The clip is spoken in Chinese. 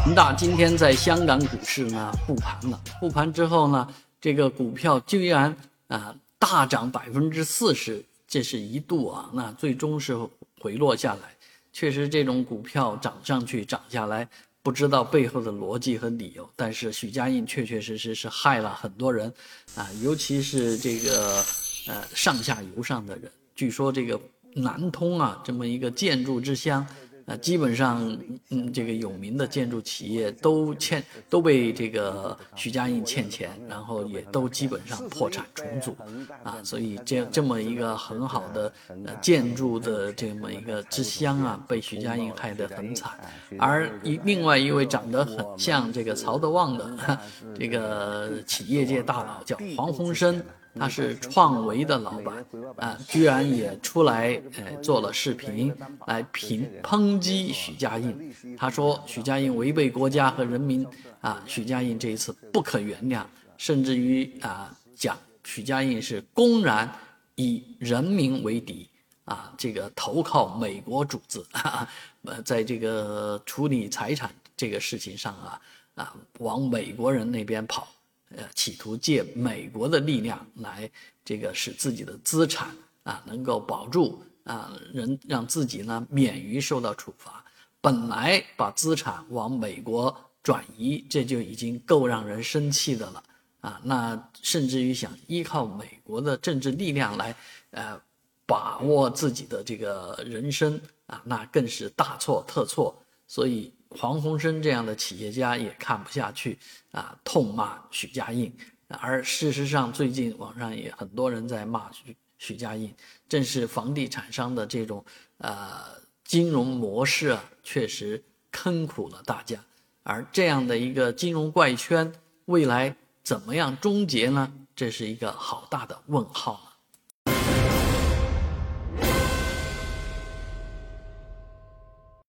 恒大今天在香港股市呢复盘了，复盘之后呢，这个股票居然大涨40%，这是一度啊，那最终是回落下来。确实，这种股票涨上去涨下来，不知道背后的逻辑和理由。但是许家印确确实实是害了很多人啊，尤其是这个上下游上的人。据说这个南通啊，这么一个建筑之乡。基本上，这个有名的建筑企业都被这个许家印欠钱，然后也都基本上破产重组，所以这么一个很好的建筑的这么一个之乡啊，被许家印害得很惨。而另外一位长得很像这个曹德旺的这个企业界大佬叫黄鸿升。他是创维的老板居然也出来做了视频来抨击许家印。他说许家印违背国家和人民许家印这一次不可原谅，甚至于讲许家印是公然以人民为敌这个投靠美国主子在这个处理财产这个事情上往美国人那边跑。企图借美国的力量来这个使自己的资产能够保住让自己呢免于受到处罚。本来把资产往美国转移，这就已经够让人生气的了那甚至于想依靠美国的政治力量来把握自己的这个人生那更是大错特错。所以黄鸿升这样的企业家也看不下去痛骂许家印。而事实上最近网上也很多人在骂许家印，正是房地产商的这种金融模式确实坑苦了大家。而这样的一个金融怪圈未来怎么样终结呢？这是一个好大的问号。